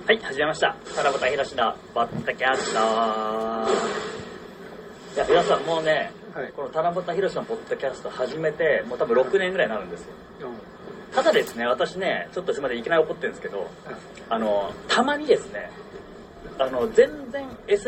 はい、始めました。さらばたひろしのポッドキャスト。いや、皆さんもうね、はい、このたらばたひろしのポッドキャスト始めて、もう多分6年ぐらいになるんですよ。ただですね、私ね、ちょっとすみません、いきなり怒ってるんですけど、たまにですね、全然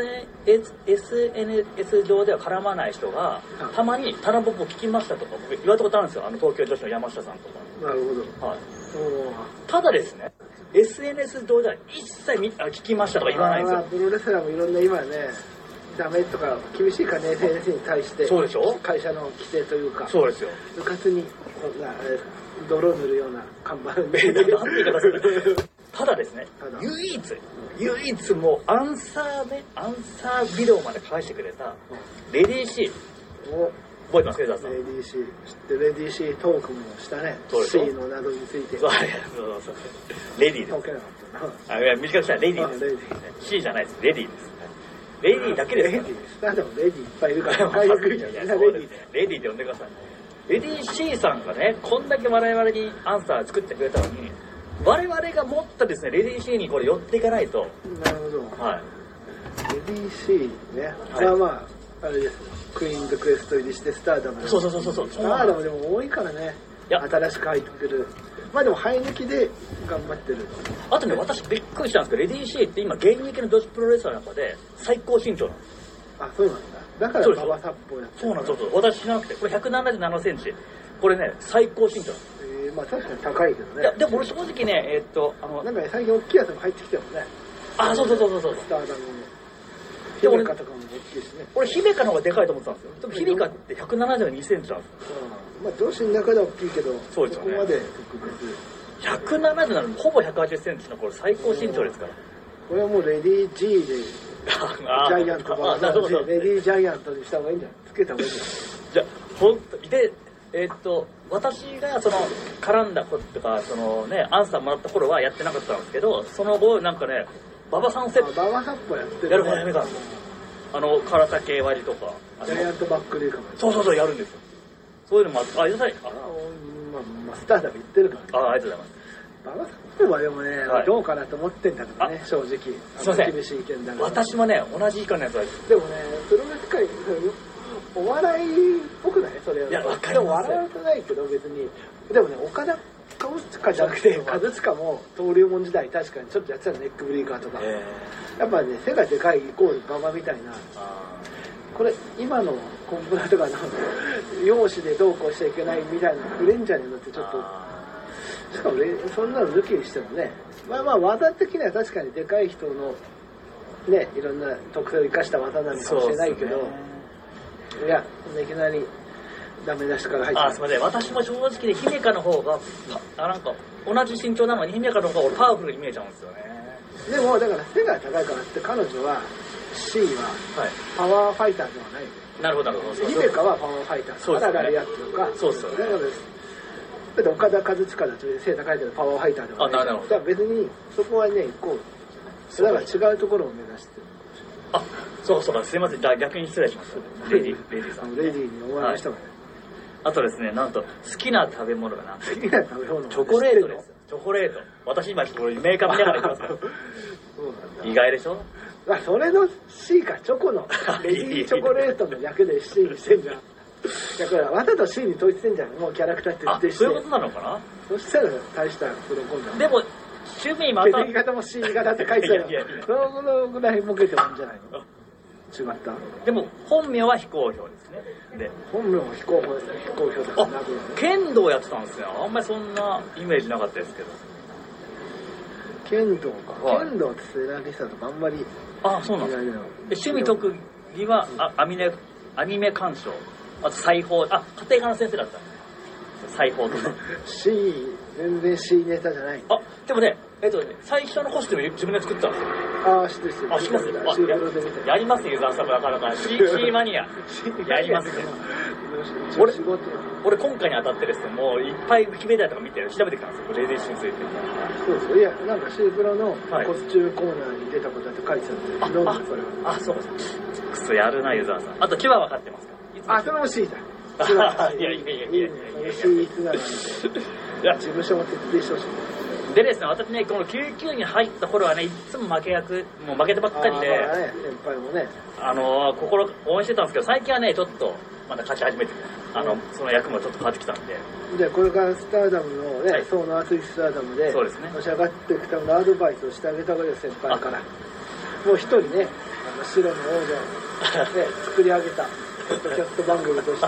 SNS 上では絡まない人が、たまにタラポポ聞きましたとか僕言われたことあるんですよ。東京女子の山下さんとか。 なるほど。 はい。ただですね、SNS 上では一切聞きましたとか言わないんですよ。 プロレスラーもいろんな今ね、ダメとか厳しいかね、SNS に対して。 そうでしょ？ 会社の規制というか。 そうですよ。 部活にそんな泥を塗るような看板で。 なんて言い方する。ただですね、唯一もうアンサービデオまで返してくれたレディー C。覚えてますか、江澤さん。 レディー C。知ってレディー C トークもしたね。C のなどについて。 そう。レディーです。 解けなかったな。 いや、短くしたらレディーです。C じゃないです。レディーです。レディーだけですから。でもレディーいっぱいいるから。 レディーで呼んでください。レディー C さんがね、こんだけ我々にアンサー作ってくれたのに、我々が持ったですね、レディー C にこれ寄っていかないと。 なるほど。 はい。 レディー C ね。まあ、あれですよ。クイーンズクエスト入りしてスターダムで。 そう。スターダムでも多いからね。新しく入ってくる。まあでも生え抜きで頑張ってる。 あとね、私びっくりしたんですけど、レディー C って今現役の女子プロレスラーの中で最高身長なんです。 あ、そうなんだ。だから馬場サッポやってる。 そうなんですよ。私知らなくて。これ177センチ。これね、最高身長なんです。 まあ確かに高いけどね。 いや、でも俺正直ね、 なんかね、最近大きいやつも入ってきたもんね。 あ、そう。 スターダムの。姫香とかも大きいしね。 俺、姫香の方がでかいと思ってたんですよ。でも姫香って172センチなんですよ。 まあ、女子の中では大きいけど、 そうですよね。 ここまで特別。170なのほぼ180センチのこれ最高身長ですから。 これはもうレディー G で、ジャイアントバージレディージャイアントにした方がいいんじゃない？つけた方がいいんじゃない？ じゃあ、ほんと、で、私が絡んだこととか、アンサーもらった頃はやってなかったんですけど、その後、なんかね、馬場さんセット。 馬場サッポやってる、 やる方やめたんですよ。空手系割りとか。 ジャイアントバックリーかも。 そう、やるんですよ。そういうのもあって、あ、まあ、スターダム言ってるから、 ね。ありがとうございます。 馬場サッポはでもね、どうかなと思ってんだけどね、正直。 すいません。 厳しい意見だけど。 私もね、同じ意見のやつは。 でもね、プロレス界、お笑いっぽくないそれは。 いや、わかります。でも笑われてないけど、別に。でもね、岡田和親じゃなくて、和親も登竜門時代確かにちょっとやってたネックブリーカーとか。やっぱね、背がでかいイコール馬場みたいな。これ、今のコンプラとかの容姿でどうこうしちゃいけないみたいなフレンジャーになってちょっと、しかもそんなの抜きにしてもね、まあ技的には確かにでかい人のね、いろんな特性を生かした技なのかもしれないけど、いや、いきなりダメ出しから入って。 すみません。私も正直で姫香の方がなんか同じ身長なのに姫香の方が俺パワフルに見えちゃうんですよね。 でもだから背が高いからって彼女は C はパワーファイターではない。 なるほど。 姫香はパワーファイターだからラリアットとか。 そうですよね。 だって岡田和親だと背高いけどパワーファイターではない。だから別にそこはね、こうだから違うところを目指してる。 あ、そう、すいません。じゃあ逆に失礼しました。レディーさん。 レディーにお会いしたからね。 あとですね、なんと好きな食べ物がな。 好きな食べ物。 チョコレートです。チョコレート。私今これメーカー見ながら言ってますから。意外でしょ？ それの C か、チョコのレディーチョコレートの役で C にしてんじゃん。だからわざと C に統一してんじゃん。もうキャラクターって言ってして。 そういうことなのかな？ そしたら大したプロコンだ。 でも趣味また。 言い方も C 型って書いてある。そのぐらいボケてもいいんじゃないの？違った。 でも本名は非公表ですね。で本名は非公表ですね。 剣道やってたんですよ。あんまりそんなイメージなかったですけど。 剣道か。剣道ってセラリスタとかあんまり。 そうなんです。趣味特技はアニメ鑑賞。あと裁縫。家庭科の先生だった。裁縫とか。 全然 C ネタじゃない。 でもね、最初のコスチューム自分で作ったんですよ。 知ってる。 しますやりますよ、ユーザーさんもなかなか。C マニア。やりますよ。俺今回に当たってですね、もういっぱいウィキペディアとか見て調べてきたんですよ、レディーシーについて。 そうですよ。いや、なんか C プロのコスチュームコーナーに出たことって書いてたんで、どうぞそれは。 そうです。クソやるな、ユーザーさん。あと、牙は分かってますか？ それも C だ。 いや。 C つながりで。事務所も徹底してほしい。 でですね、私ね、この99に入った頃はね、いつも負けてばっかりで、 ね、先輩もね、 心応援してたんですけど、最近はね、ちょっとまた勝ち始めて、その役もちょっと変わってきたんで。 で、これからスターダムのね、層の厚いスターダムで、 そうですね、 のし上がっていくためのアドバイスをしてあげた方がいいよ、先輩から。もう一人ね、白の王者を、ね、作り上げた、ポッドキャスト番組として、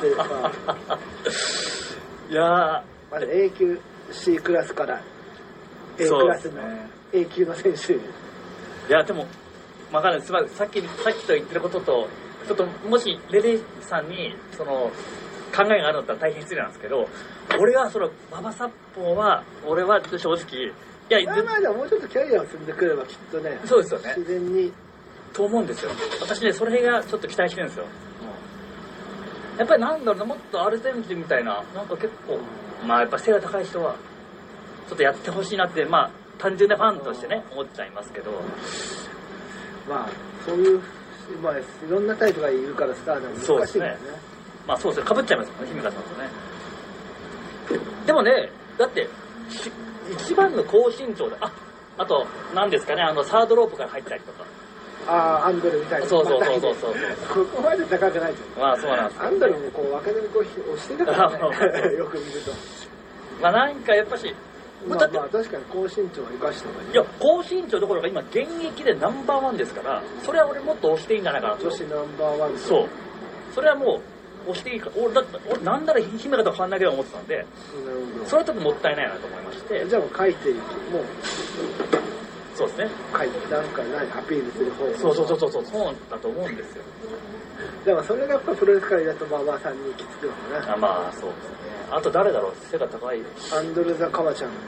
いやー、 まず A 級 C クラスから A クラスの A 級の選手に。 いや、でも、わかんない。さっきと言ってることと、ちょっともしレディさんにその考えがあるんだったら大変失礼なんですけど、俺はその馬場殺法は俺は正直、いや、 まあでももうちょっとキャリアを積んでくればきっとね、 そうですよね、 自然にと思うんですよ。私ね、それがちょっと期待してるんですよ。やっぱりなんだろうな、もっとアルゼンチンみたいな、なんか結構、まあやっぱ背が高い人はちょっとやってほしいなって、まあ単純なファンとしてね思っちゃいますけど、 まあそういう、まあいろんなタイプがいるからスターダム難しいですね。 まあそうですね、かぶっちゃいますもんね、姫香さんとね。でもね、だって一番の高身長で、あと何ですかね、サードロープから入ったりとか、 アンドルみたいな。 そうここまで高くないじゃん。 まあそうなんです、 アンドルもこう若手にこう押してたからねよく見ると。 まあなんかやっぱし、 まあ確かに高身長は生かした方がいい。 いや、高身長どころか今現役でナンバーワンですから、それは俺もっと押していいんじゃないかなと。 女子ナンバーワン。 そう。それはもう押していいか、俺なんなら姫香と変わんなきゃ思ってたんで、それはちょっともったいないなと思いまして。 じゃあもう書いていく、もうそうですね、 書いてなんか何アピールする方。 そうだと思うんですよ。 でもそれがやっぱプロレス界だと馬場さんに行き着くのかな。 まあそうですね。あと誰だろう、背が高い。 アンドルザ・カワちゃん。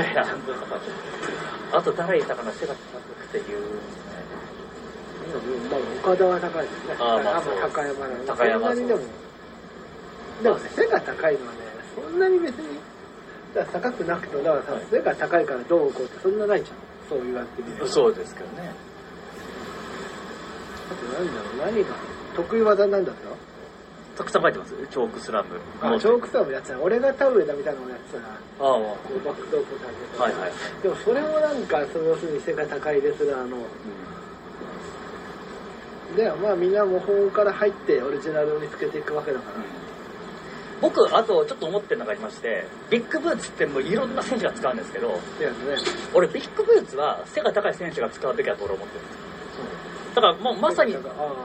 あと誰いたかな、背が高くて言う。 まあ岡田は高いですね。 まあそう。 高山なの。 高山そう。 でもね、背が高いのはね、そんなに別に、だから高くなくても、だから背が高いからどうこうってそんなないじゃん。そう言われてみる。 そうですけどね。 あと何だろう、何が得意技なんだったの？ たくさん書いてます。チョークスラム。 チョークスラムやってた。俺が田植えだみたいなのをやってたな。こうバックドープされてた。 はいはい。 でもそれもなんか、要するに背が高いレスラーの。で、まあみんな模倣から入ってオリジナルを見つけていくわけだから。 僕、あとちょっと思ってるのがありまして、ビッグブーツってもういろんな選手が使うんですけど、俺ビッグブーツは背が高い選手が使うべきだと俺思ってるんですよ。だからもうまさに、はい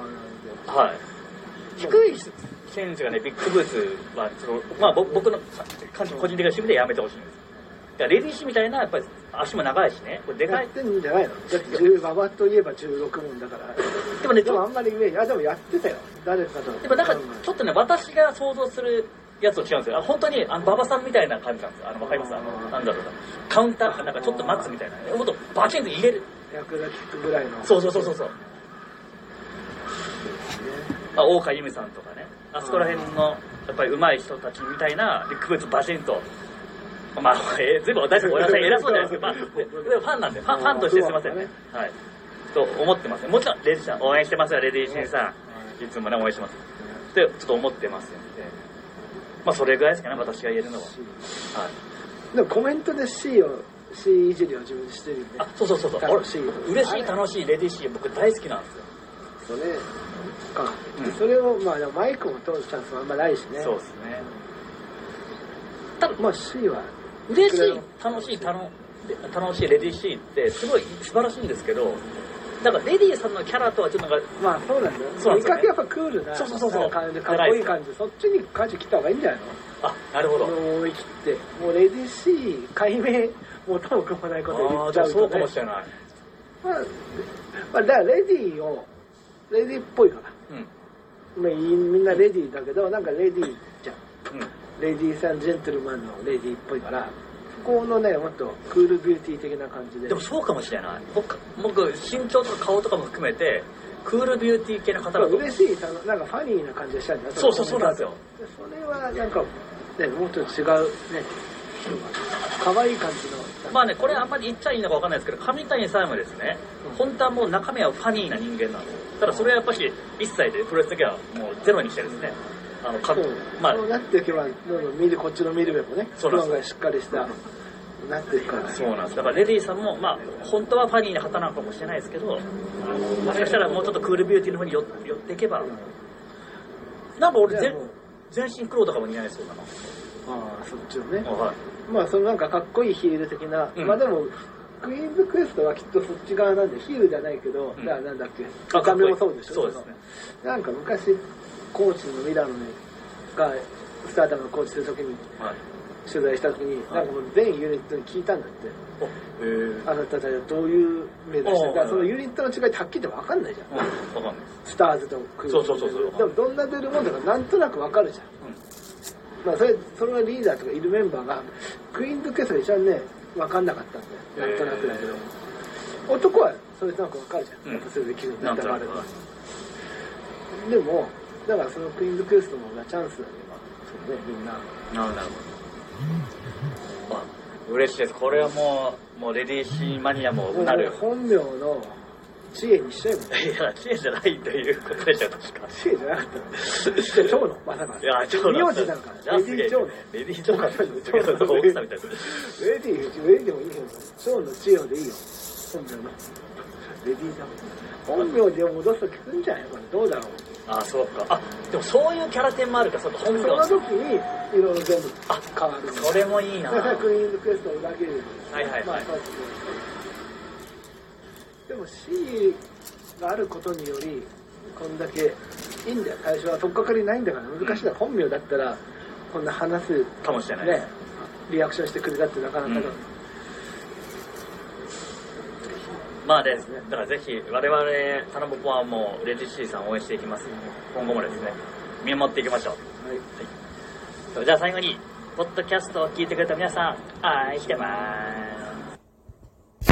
、低い選手がね、ビッグブーツはまあ僕の個人的な趣味でやめてほしいんです。レディーシーみたいな、やっぱり足も長いしね、これでかい。 やってんじゃないの？だって馬場といえば16問だから。 でもね、 でもあんまりイメージ、でもやってたよ。誰かと。 でもなんかちょっとね、私が想像するやつと違うんですよ。本当に馬場さんみたいな感じなんですよ。わかります？なんだろうな。カウンターかなんかちょっと待つみたいな。もっとバチンと入れる。 役立つぐらいの。 そう。大岡由美さんとかね。あそこら辺のやっぱり上手い人たちみたいなビッグブーツバチンと。まあ、全部大丈夫、俺は偉そうじゃないですけど、まあ、ファンなんで、ファンとしてすいませんね。はい。と思ってますね。もちろん、レディーさん、応援してますよ、レディーシンさん。いつもね、応援してます。って、ちょっと思ってますんで。まあ、それぐらいですかね、私が言えるのは。はい。 でも、コメントで C いじりを自分でしてるよね。 そう。嬉しい、楽しい、レディーシー、僕大好きなんですよ。 それか。それを、まあ、マイクも通るチャンスもあんまないしね。 そうですね。 ただ、まあ、C は、 嬉しい、楽しいレディーシーってすごい素晴らしいんですけど、だからレディーさんのキャラとはちょっとなんか、 まあそうなんだよ。そう見かけやっぱクールな感じでかっこいい感じ、そっちに舵切った方がいいんじゃないの？ なるほど。 思い切ってもうレディーシー解明もともくもないこと言っちゃうとね。 そうかもしれない。 まあだからレディーっぽいから。まあみんなレディーだけどなんかレディーじゃん。レディーさんジェントルマンのレディーっぽいからこのねもっとクールビューティー的な感じで。 でもそうかもしれない。僕身長とか顔とかも含めてクールビューティー系の方だと嬉しいなんかファニーな感じがしたんだよ。 そうなんですよ。 それはなんかねもっと違うね可愛い感じの。 まあねこれあんまり言っちゃいいのか分かんないですけど上谷さんもですね、本当はもう中身はファニーな人間なんですよ。ただそれはやっぱり一切でプロレスだけはもうゼロにしてですね。 そうなっていけばこっちの見る目もねプロがしっかりしたなっていくから、 そうなんです。だからレディさんもまあ本当はファニーな方なのかもしれないですけど、もしかしたらもうちょっとクールビューティーの方に寄っていけば、なんか俺全身黒とかも似合いそうだな。 ああ、そっちをね。 はい、 まあそのなんかかっこいいヒール的な、まあでもクイーンズクエストはきっとそっち側なんで、ヒールじゃないけど、なんだっけ、見た目もそうでしょ。 そうですね。 なんか昔コーチのミラノがスターダムのコーチするときに、取材したときに、なんかもう全ユニットに聞いたんだって。あなたたちはどういう目指してるか、そのユニットの違いってはっきりと分かんないじゃん。 分かんない。 スターズとクイーンズ。そうでもどんな出るもんだかなんとなく分かるじゃん。まあそれはリーダーとかいるメンバーがクイーンズクエストが一番ね分かんなかったんだよ。なんとなくだけど。男はそれなんか分かるじゃん。やっぱそれで気分があるから。でもだからそのクイーンズクエストの方がチャンスだね。そうね、みんな。 なるほど。あ、嬉しいです。これはもうレディーシーマニアもなる。 本名の知恵にしちゃえばね。 いや、知恵じゃないということでしょ、確か。 知恵じゃなかったじゃあ長野まさか。 いや、長野。 名字なんかレディー長野。 レディー長野。奥さんみたいな。 レディーもいいよ。長野知恵でいいよ。本名の。レディー長野。本名で戻すと聞くんじゃないかな。どうだろう。 あ、そうか。あ、でもそういうキャラ点もあるか、その本名。 その時にいろいろ全部変わる。 それもいいな。 クイーンズクエストを裏切る。 はい。 でも C があることによりこんだけいいんだよ。最初は取っかかりないんだから難しいな。本名だったらこんな話すかもしれないね。 リアクションしてくれたってなかなかだ。 まあですね、だからぜひ我々タナポポはもうレディシーさんを応援していきますので、今後もですね見守っていきましょう。はい。じゃあ最後にポッドキャストを聞いてくれた皆さん愛してます。